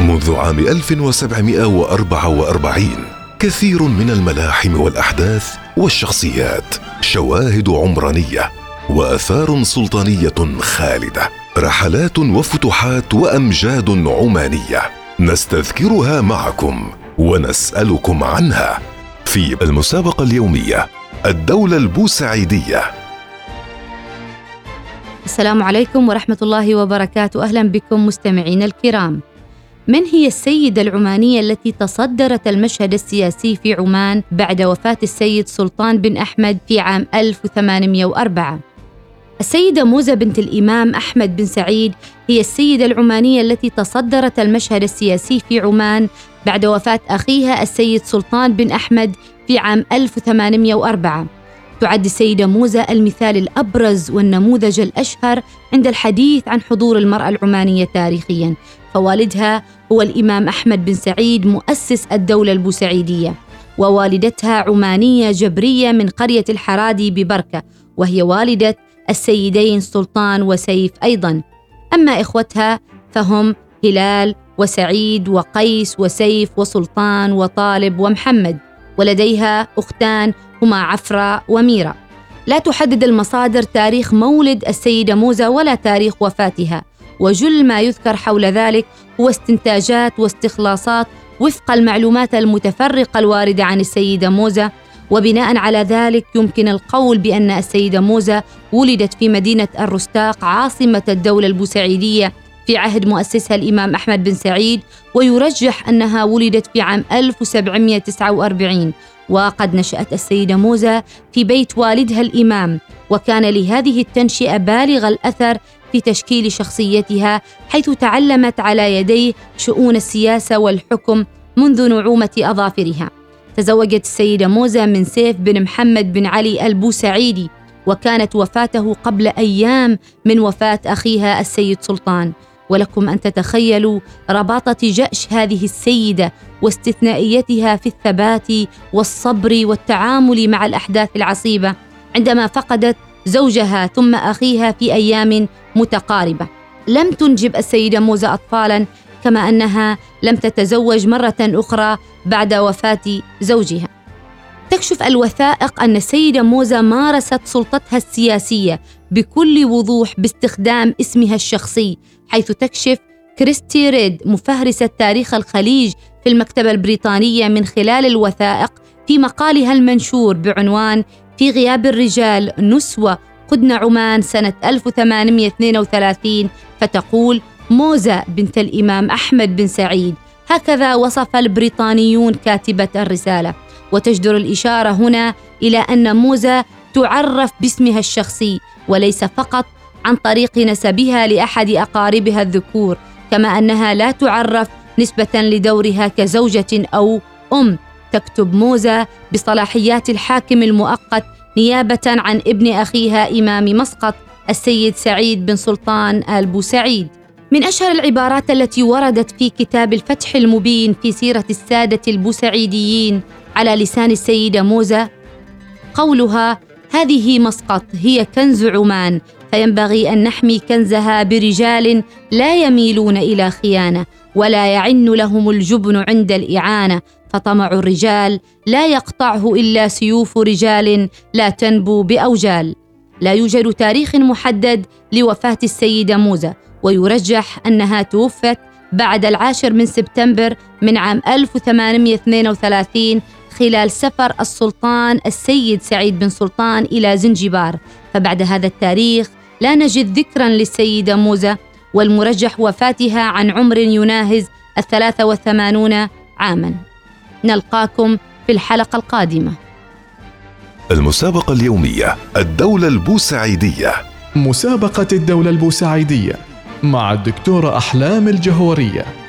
منذ عام 1744 كثير من الملاحم والأحداث والشخصيات، شواهد عمرانية وآثار سلطانية خالدة، رحلات وفتوحات وأمجاد عمانية نستذكرها معكم ونسألكم عنها في المسابقة اليومية الدولة البوسعيدية. السلام عليكم ورحمة الله وبركاته. أهلا بكم مستمعين الكرام. من هي السيدة العمانية التي تصدرت المشهد السياسي في عمان بعد وفاة السيد سلطان بن أحمد في عام 1804؟ السيدة موزة بنت الإمام أحمد بن سعيد هي السيدة العمانية التي تصدرت المشهد السياسي في عمان بعد وفاة أخيها السيد سلطان بن أحمد في عام 1804. تعد السيدة موزة المثال الأبرز والنموذج الأشهر عند الحديث عن حضور المرأة العمانية تاريخياً، فوالدها هو الإمام أحمد بن سعيد مؤسس الدولة البوسعيدية، ووالدتها عمانية جبرية من قرية الحرادي ببركة، وهي والدة السيدين سلطان وسيف أيضاً. أما إخوتها فهم هلال وسعيد وقيس وسيف وسلطان وطالب ومحمد، ولديها أختان هما عفرة وميرة. لا تحدد المصادر تاريخ مولد السيدة موزة ولا تاريخ وفاتها، وجل ما يذكر حول ذلك هو استنتاجات واستخلاصات وفق المعلومات المتفرقة الواردة عن السيدة موزة، وبناء على ذلك يمكن القول بأن السيدة موزة ولدت في مدينة الرستاق عاصمة الدولة البوسعيدية في عهد مؤسسها الإمام أحمد بن سعيد، ويرجح أنها ولدت في عام 1749. وقد نشأت السيدة موزة في بيت والدها الإمام، وكان لهذه التنشئة بالغ الأثر في تشكيل شخصيتها، حيث تعلمت على يديه شؤون السياسة والحكم منذ نعومة أظافرها. تزوجت السيدة موزة من سيف بن محمد بن علي البوسعيدي، وكانت وفاته قبل أيام من وفاة أخيها السيد سلطان. ولكم أن تتخيلوا رباطة جأش هذه السيدة واستثنائيتها في الثبات والصبر والتعامل مع الأحداث العصيبة عندما فقدت زوجها ثم أخيها في أيام متقاربة. لم تنجب السيدة موزة أطفالا، كما أنها لم تتزوج مرة أخرى بعد وفاة زوجها. تكشف الوثائق أن السيدة موزة مارست سلطتها السياسية بكل وضوح باستخدام اسمها الشخصي، حيث تكشف كريستي ريد مفهرسة تاريخ الخليج في المكتبة البريطانية من خلال الوثائق في مقالها المنشور بعنوان في غياب الرجال نسوة قدن عمان سنة 1832، فتقول: موزة بنت الإمام أحمد بن سعيد. هكذا وصف البريطانيون كاتبة الرسالة، وتجدر الإشارة هنا إلى أن موزة تعرف باسمها الشخصي وليس فقط عن طريق نسبها لأحد أقاربها الذكور، كما أنها لا تعرف نسبة لدورها كزوجة أو أم. تكتب موزة بصلاحيات الحاكم المؤقت نيابة عن ابن أخيها إمام مسقط السيد سعيد بن سلطان البوسعيد. من أشهر العبارات التي وردت في كتاب الفتح المبين في سيرة السادة البوسعيديين على لسان السيدة موزة قولها: هذه مسقط هي كنز عمان، فينبغي أن نحمي كنزها برجال لا يميلون إلى خيانة، ولا يعن لهم الجبن عند الإعانة، فطمع الرجال لا يقطعه إلا سيوف رجال لا تنبو بأوجال. لا يوجد تاريخ محدد لوفاة السيدة موزة، ويرجح أنها توفت بعد 10 سبتمبر من عام 1832 خلال سفر السلطان السيد سعيد بن سلطان إلى زنجبار، فبعد هذا التاريخ لا نجد ذكرا للسيدة موزة، والمرجح وفاتها عن عمر يناهز 83 عاما. نلقاكم في الحلقة القادمة. المسابقة اليومية الدولة البوسعيدية. مسابقة الدولة البوسعيدية مع الدكتورة أحلام الجهورية.